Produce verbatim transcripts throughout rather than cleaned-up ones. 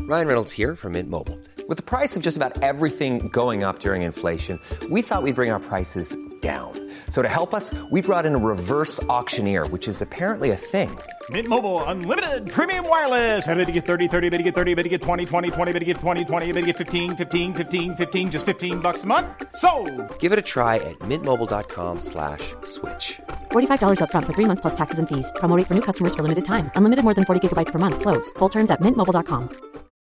Ryan Reynolds here from Mint Mobile. With the price of just about everything going up during inflation, we thought we'd bring our prices down. So to help us, we brought in a reverse auctioneer, which is apparently a thing. Mint Mobile Unlimited Premium Wireless. How to get thirty, thirty, how to get thirty, how to get twenty, twenty, twenty, how to get twenty, twenty, how to get fifteen, fifteen, fifteen, fifteen, just fifteen bucks a month? Sold! Give it a try at mintmobile.com slash switch. forty-five dollars up front for three months plus taxes and fees. Promo rate for new customers for limited time. Unlimited more than forty gigabytes per month. Slows full terms at mint mobile dot com.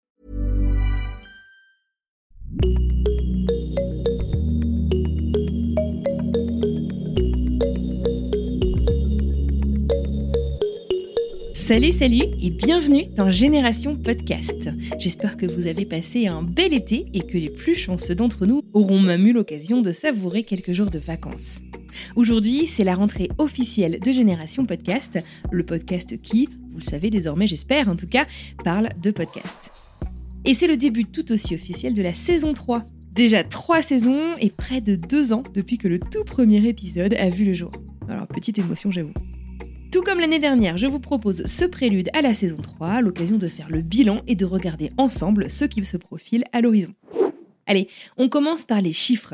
Salut, salut et bienvenue dans Génération Podcast. J'espère que vous avez passé un bel été et que les plus chanceux d'entre nous auront même eu l'occasion de savourer quelques jours de vacances. Aujourd'hui, c'est la rentrée officielle de Génération Podcast, le podcast qui, vous le savez désormais j'espère en tout cas, parle de podcast. Et c'est le début tout aussi officiel de la saison trois. Déjà trois saisons et près de deux ans depuis que le tout premier épisode a vu le jour. Alors petite émotion j'avoue. Tout comme l'année dernière, je vous propose ce prélude à la saison trois, l'occasion de faire le bilan et de regarder ensemble ce qui se profile à l'horizon. Allez, on commence par les chiffres.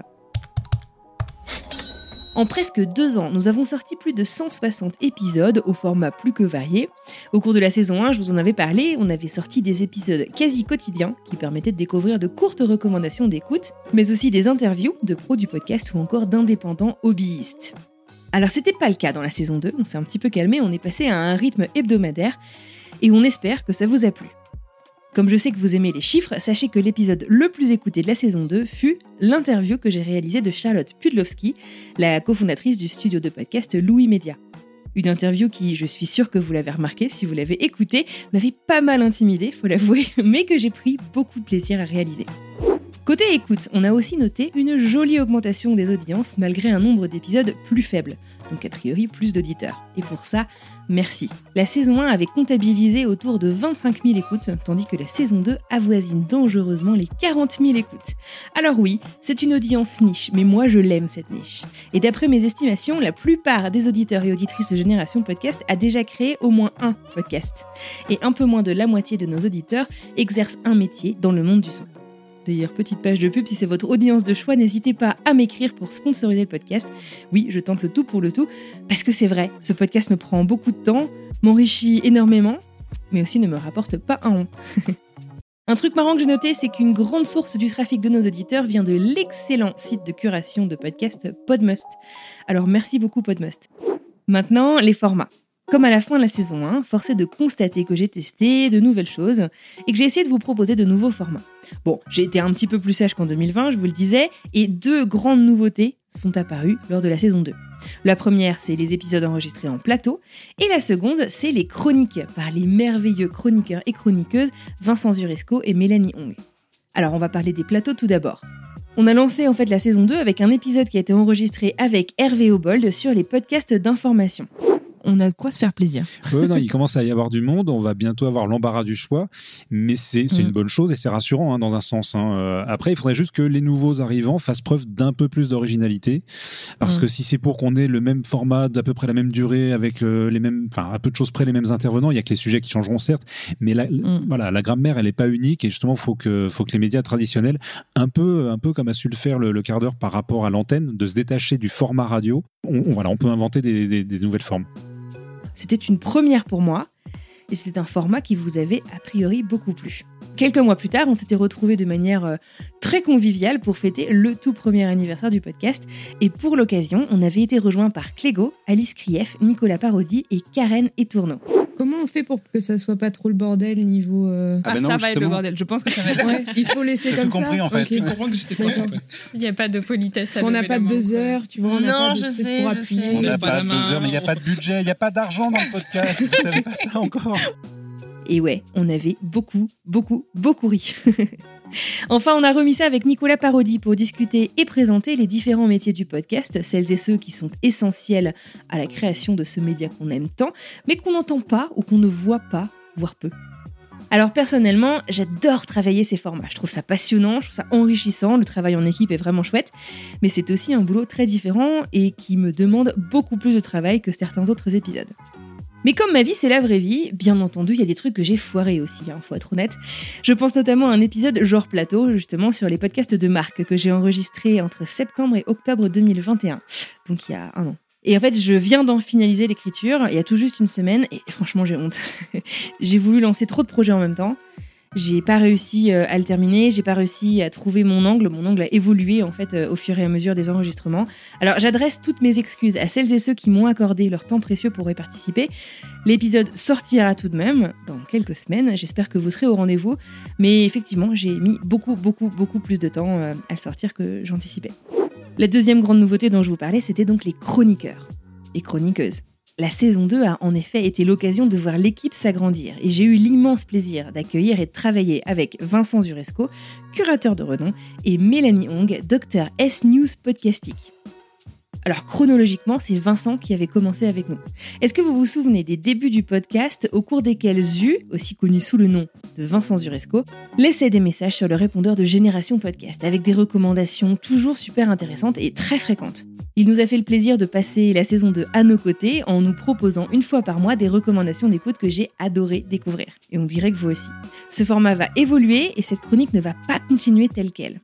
En presque deux ans, nous avons sorti plus de cent soixante épisodes au format plus que varié. Au cours de la saison un, je vous en avais parlé, on avait sorti des épisodes quasi quotidiens qui permettaient de découvrir de courtes recommandations d'écoute, mais aussi des interviews de pros du podcast ou encore d'indépendants hobbyistes. Alors c'était pas le cas dans la saison deux, on s'est un petit peu calmé, on est passé à un rythme hebdomadaire et on espère que ça vous a plu. Comme je sais que vous aimez les chiffres, sachez que l'épisode le plus écouté de la saison deux fut l'interview que j'ai réalisée de Charlotte Pudlowski, la cofondatrice du studio de podcast Louis Média. Une interview qui, je suis sûre que vous l'avez remarqué si vous l'avez écoutée, m'avait pas mal intimidée, faut l'avouer, mais que j'ai pris beaucoup de plaisir à réaliser. Côté écoute, on a aussi noté une jolie augmentation des audiences malgré un nombre d'épisodes plus faible, donc a priori plus d'auditeurs. Et pour ça, merci. La saison un avait comptabilisé autour de vingt-cinq mille écoutes, tandis que la saison deux avoisine dangereusement les quarante mille écoutes. Alors oui, c'est une audience niche, mais moi je l'aime cette niche. Et d'après mes estimations, la plupart des auditeurs et auditrices de Génération Podcast a déjà créé au moins un podcast. Et un peu moins de la moitié de nos auditeurs exercent un métier dans le monde du son. D'ailleurs, petite page de pub, si c'est votre audience de choix, n'hésitez pas à m'écrire pour sponsoriser le podcast. Oui, je tente le tout pour le tout, parce que c'est vrai, ce podcast me prend beaucoup de temps, m'enrichit énormément, mais aussi ne me rapporte pas un rond. Un truc marrant que j'ai noté, c'est qu'une grande source du trafic de nos auditeurs vient de l'excellent site de curation de podcasts Podmust. Alors merci beaucoup Podmust. Maintenant, les formats. Comme à la fin de la saison un, force est de constater que j'ai testé de nouvelles choses et que j'ai essayé de vous proposer de nouveaux formats. Bon, j'ai été un petit peu plus sage qu'en deux mille vingt, je vous le disais, et deux grandes nouveautés sont apparues lors de la saison deux. La première, c'est les épisodes enregistrés en plateau, et la seconde, c'est les chroniques par les merveilleux chroniqueurs et chroniqueuses Vincent Zuresco et Mélanie Hong. Alors, on va parler des plateaux tout d'abord. On a lancé en fait la saison deux avec un épisode qui a été enregistré avec Hervé Obold sur les podcasts d'information. On a de quoi se faire plaisir. Ouais, non, il commence à y avoir du monde, on va bientôt avoir l'embarras du choix, mais c'est, c'est mmh. une bonne chose et c'est rassurant hein, dans un sens. Hein. Euh, après, il faudrait juste que les nouveaux arrivants fassent preuve d'un peu plus d'originalité, parce mmh. que si c'est pour qu'on ait le même format, d'à peu près la même durée, avec euh, les mêmes, enfin à peu de choses près les mêmes intervenants, il y a que les sujets qui changeront certes, mais la, mmh. voilà, la grammaire elle est pas unique et justement faut que faut que les médias traditionnels, un peu un peu comme a su le faire le, le quart d'heure par rapport à l'antenne, de se détacher du format radio. On, on voilà, on peut inventer des, des, des nouvelles formes. C'était une première pour moi, et c'était un format qui vous avait a priori beaucoup plu. Quelques mois plus tard, on s'était retrouvés de manière euh, très conviviale pour fêter le tout premier anniversaire du podcast, et pour l'occasion, on avait été rejoints par Clégo, Alice Krief, Nicolas Parodi et Karen Etourneau. Comment on fait pour que ça soit pas trop le bordel niveau... Euh... Ah, ah ben non, ça va être le bordel, je pense que ça va être... Ouais, il faut laisser comme ça. T'as tout compris en fait. Okay. Je comprends que c'était pas ça. Il n'y a pas de politesse. Parce qu'on n'a pas de buzzer, tu vois, on n'a pas de trucs sais, pour appuyer. Sais, on n'a pas de buzzer, mais il n'y a pas de budget, il n'y a pas d'argent dans le podcast, vous savez pas ça encore. Et ouais, on avait beaucoup, beaucoup, beaucoup ri. Enfin, on a remis ça avec Nicolas Parodi pour discuter et présenter les différents métiers du podcast, celles et ceux qui sont essentiels à la création de ce média qu'on aime tant, mais qu'on n'entend pas ou qu'on ne voit pas, voire peu. Alors personnellement, j'adore travailler ces formats. Je trouve ça passionnant, je trouve ça enrichissant, le travail en équipe est vraiment chouette, mais c'est aussi un boulot très différent et qui me demande beaucoup plus de travail que certains autres épisodes. Mais comme ma vie, c'est la vraie vie, bien entendu, il y a des trucs que j'ai foirés aussi, hein, faut être honnête. Je pense notamment à un épisode genre plateau, justement, sur les podcasts de Marc, que j'ai enregistré entre septembre et octobre deux mille vingt et un. Donc il y a un an. Et en fait, je viens d'en finaliser l'écriture, il y a tout juste une semaine, et franchement, j'ai honte. J'ai voulu lancer trop de projets en même temps. J'ai pas réussi à le terminer, j'ai pas réussi à trouver mon angle. Mon angle a évolué en fait au fur et à mesure des enregistrements. Alors j'adresse toutes mes excuses à celles et ceux qui m'ont accordé leur temps précieux pour y participer. L'épisode sortira tout de même dans quelques semaines. J'espère que vous serez au rendez-vous. Mais effectivement, j'ai mis beaucoup, beaucoup, beaucoup plus de temps à le sortir que j'anticipais. La deuxième grande nouveauté dont je vous parlais, c'était donc les chroniqueurs et chroniqueuses. La saison deux a en effet été l'occasion de voir l'équipe s'agrandir et j'ai eu l'immense plaisir d'accueillir et de travailler avec Vincent Zuresco, curateur de renom, et Mélanie Hong, docteur S-News Podcastique. Alors chronologiquement, c'est Vincent qui avait commencé avec nous. Est-ce que vous vous souvenez des débuts du podcast au cours desquels Zu, aussi connu sous le nom de Vincent Zuresco, laissait des messages sur le répondeur de Génération Podcast avec des recommandations toujours super intéressantes et très fréquentes. Il nous a fait le plaisir de passer la saison deux à nos côtés en nous proposant une fois par mois des recommandations d'écoute que j'ai adoré découvrir. Et on dirait que vous aussi. Ce format va évoluer et cette chronique ne va pas continuer telle qu'elle.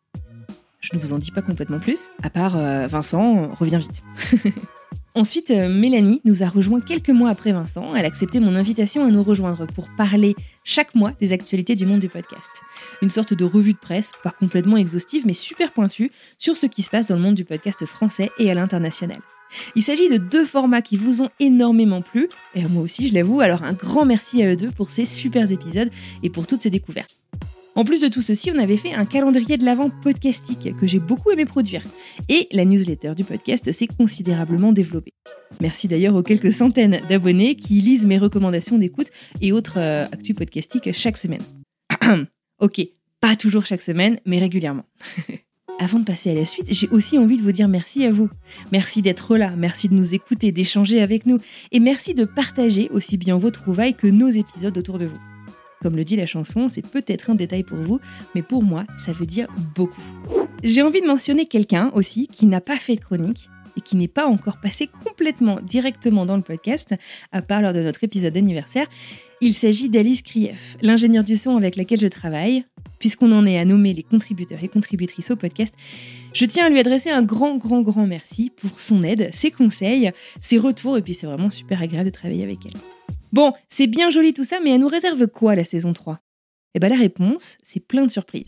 Je ne vous en dis pas complètement plus, à part euh, Vincent, euh, reviens vite. Ensuite, euh, Mélanie nous a rejoint quelques mois après Vincent. Elle a accepté mon invitation à nous rejoindre pour parler chaque mois des actualités du monde du podcast. Une sorte de revue de presse, pas complètement exhaustive, mais super pointue, sur ce qui se passe dans le monde du podcast français et à l'international. Il s'agit de deux formats qui vous ont énormément plu, et moi aussi je l'avoue, alors un grand merci à eux deux pour ces super épisodes et pour toutes ces découvertes. En plus de tout ceci, on avait fait un calendrier de l'Avent podcastique que j'ai beaucoup aimé produire. Et la newsletter du podcast s'est considérablement développée. Merci d'ailleurs aux quelques centaines d'abonnés qui lisent mes recommandations d'écoute et autres euh, actus podcastiques chaque semaine. Ok, pas toujours chaque semaine, mais régulièrement. Avant de passer à la suite, j'ai aussi envie de vous dire merci à vous. Merci d'être là, merci de nous écouter, d'échanger avec nous, et merci de partager aussi bien vos trouvailles que nos épisodes autour de vous. Comme le dit la chanson, c'est peut-être un détail pour vous, mais pour moi, ça veut dire beaucoup. J'ai envie de mentionner quelqu'un aussi qui n'a pas fait de chronique et qui n'est pas encore passé complètement directement dans le podcast, à part lors de notre épisode d'anniversaire. Il s'agit d'Alice Krief, l'ingénieure du son avec laquelle je travaille. Puisqu'on en est à nommer les contributeurs et contributrices au podcast, je tiens à lui adresser un grand, grand, grand merci pour son aide, ses conseils, ses retours, et puis c'est vraiment super agréable de travailler avec elle. Bon, c'est bien joli tout ça, mais elle nous réserve quoi la saison trois ? Eh bien la réponse, c'est plein de surprises.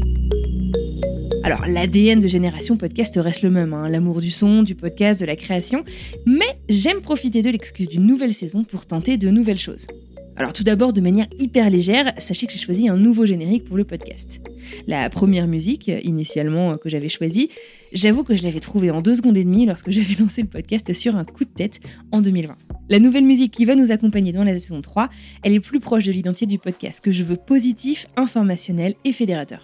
Alors l'A D N de Génération Podcast reste le même, hein, l'amour du son, du podcast, de la création, mais j'aime profiter de l'excuse d'une nouvelle saison pour tenter de nouvelles choses. Alors tout d'abord, de manière hyper légère, sachez que j'ai choisi un nouveau générique pour le podcast. La première musique, initialement, que j'avais choisie, j'avoue que je l'avais trouvée en deux secondes et demie lorsque j'avais lancé le podcast sur un coup de tête en deux mille vingt. La nouvelle musique qui va nous accompagner dans la saison trois, elle est plus proche de l'identité du podcast, que je veux positif, informationnel et fédérateur.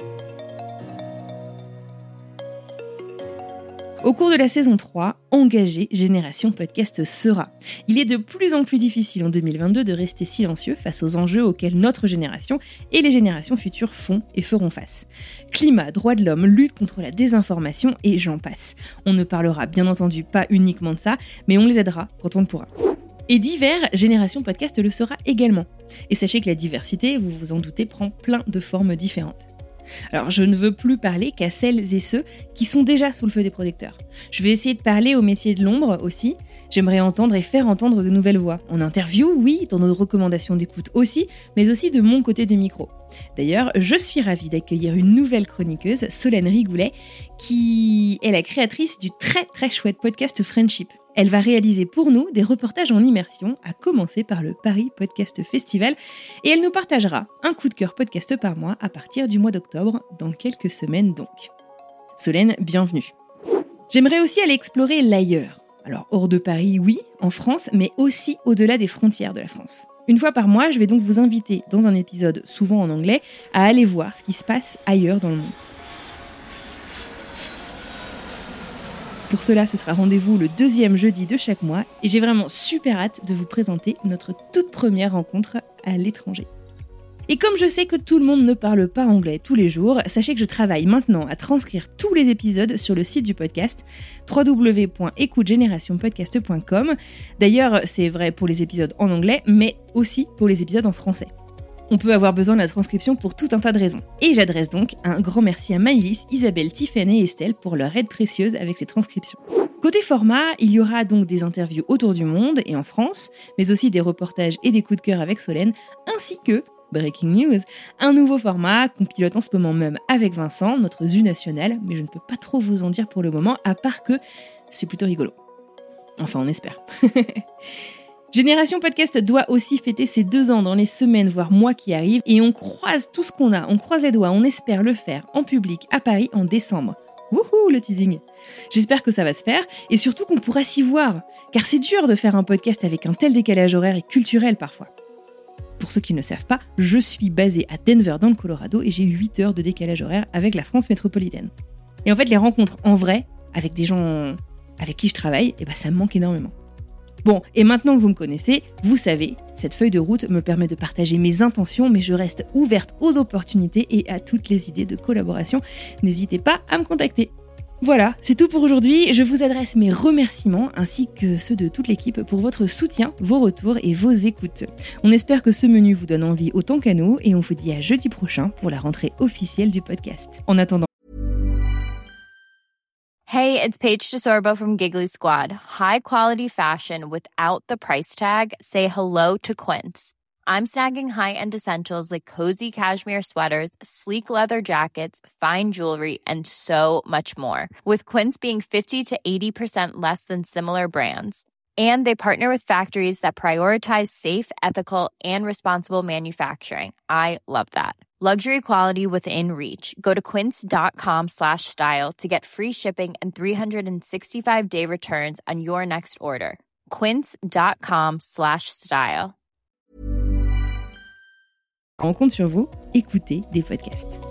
Au cours de la saison trois, engagé Génération Podcast sera. Il est de plus en plus difficile en deux mille vingt-deux de rester silencieux face aux enjeux auxquels notre génération et les générations futures font et feront face. Climat, droits de l'homme, lutte contre la désinformation et j'en passe. On ne parlera bien entendu pas uniquement de ça, mais on les aidera quand on le pourra. Et divers, Génération Podcast le sera également. Et sachez que la diversité, vous vous en doutez, prend plein de formes différentes. Alors, je ne veux plus parler qu'à celles et ceux qui sont déjà sous le feu des projecteurs. Je vais essayer de parler aux métiers de l'ombre aussi. J'aimerais entendre et faire entendre de nouvelles voix. En interview, oui, dans nos recommandations d'écoute aussi, mais aussi de mon côté du micro. D'ailleurs, je suis ravie d'accueillir une nouvelle chroniqueuse, Solène Rigoulet, qui est la créatrice du très très chouette podcast Friendship. Elle va réaliser pour nous des reportages en immersion, à commencer par le Paris Podcast Festival, et elle nous partagera un coup de cœur podcast par mois à partir du mois d'octobre, dans quelques semaines donc. Solène, bienvenue. J'aimerais aussi aller explorer l'ailleurs. Alors hors de Paris, oui, en France, mais aussi au-delà des frontières de la France. Une fois par mois, je vais donc vous inviter, dans un épisode souvent en anglais, à aller voir ce qui se passe ailleurs dans le monde. Pour cela, ce sera rendez-vous le deuxième jeudi de chaque mois et j'ai vraiment super hâte de vous présenter notre toute première rencontre à l'étranger. Et comme je sais que tout le monde ne parle pas anglais tous les jours, sachez que je travaille maintenant à transcrire tous les épisodes sur le site du podcast w w w point écoute génération podcast point com. D'ailleurs, c'est vrai pour les épisodes en anglais, mais aussi pour les épisodes en français. On peut avoir besoin de la transcription pour tout un tas de raisons. Et j'adresse donc un grand merci à Maïlis, Isabelle, Tiffany et Estelle pour leur aide précieuse avec ces transcriptions. Côté format, il y aura donc des interviews autour du monde et en France, mais aussi des reportages et des coups de cœur avec Solène, ainsi que, breaking news, un nouveau format qu'on pilote en ce moment même avec Vincent, notre Z U national, mais je ne peux pas trop vous en dire pour le moment, à part que c'est plutôt rigolo. Enfin, on espère. Génération Podcast doit aussi fêter ses deux ans dans les semaines, voire mois qui arrivent, et on croise tout ce qu'on a, on croise les doigts, on espère le faire en public à Paris en décembre. Wouhou, le teasing. J'espère que ça va se faire, et surtout qu'on pourra s'y voir, car c'est dur de faire un podcast avec un tel décalage horaire et culturel parfois. Pour ceux qui ne le savent pas, je suis basée à Denver dans le Colorado, et j'ai huit heures de décalage horaire avec la France métropolitaine. Et en fait, les rencontres en vrai, avec des gens avec qui je travaille, eh ben, ça me manque énormément. Bon, et maintenant que vous me connaissez, vous savez, cette feuille de route me permet de partager mes intentions, mais je reste ouverte aux opportunités et à toutes les idées de collaboration. N'hésitez pas à me contacter. Voilà, c'est tout pour aujourd'hui. Je vous adresse mes remerciements ainsi que ceux de toute l'équipe pour votre soutien, vos retours et vos écoutes. On espère que ce menu vous donne envie autant qu'à nous et on vous dit à jeudi prochain pour la rentrée officielle du podcast. En attendant, Hey, it's Paige DeSorbo from Giggly Squad. High quality fashion without the price tag. Say hello to Quince. I'm snagging high-end essentials like cozy cashmere sweaters, sleek leather jackets, fine jewelry, and so much more. With Quince being fifty to eighty percent less than similar brands. And they partner with factories that prioritize safe, ethical, and responsible manufacturing. I love that. Luxury quality within reach. Go to quince.com slash style to get free shipping and three sixty-five day returns on your next order. Quince.com slash style. On compte sur vous, écoutez des podcasts.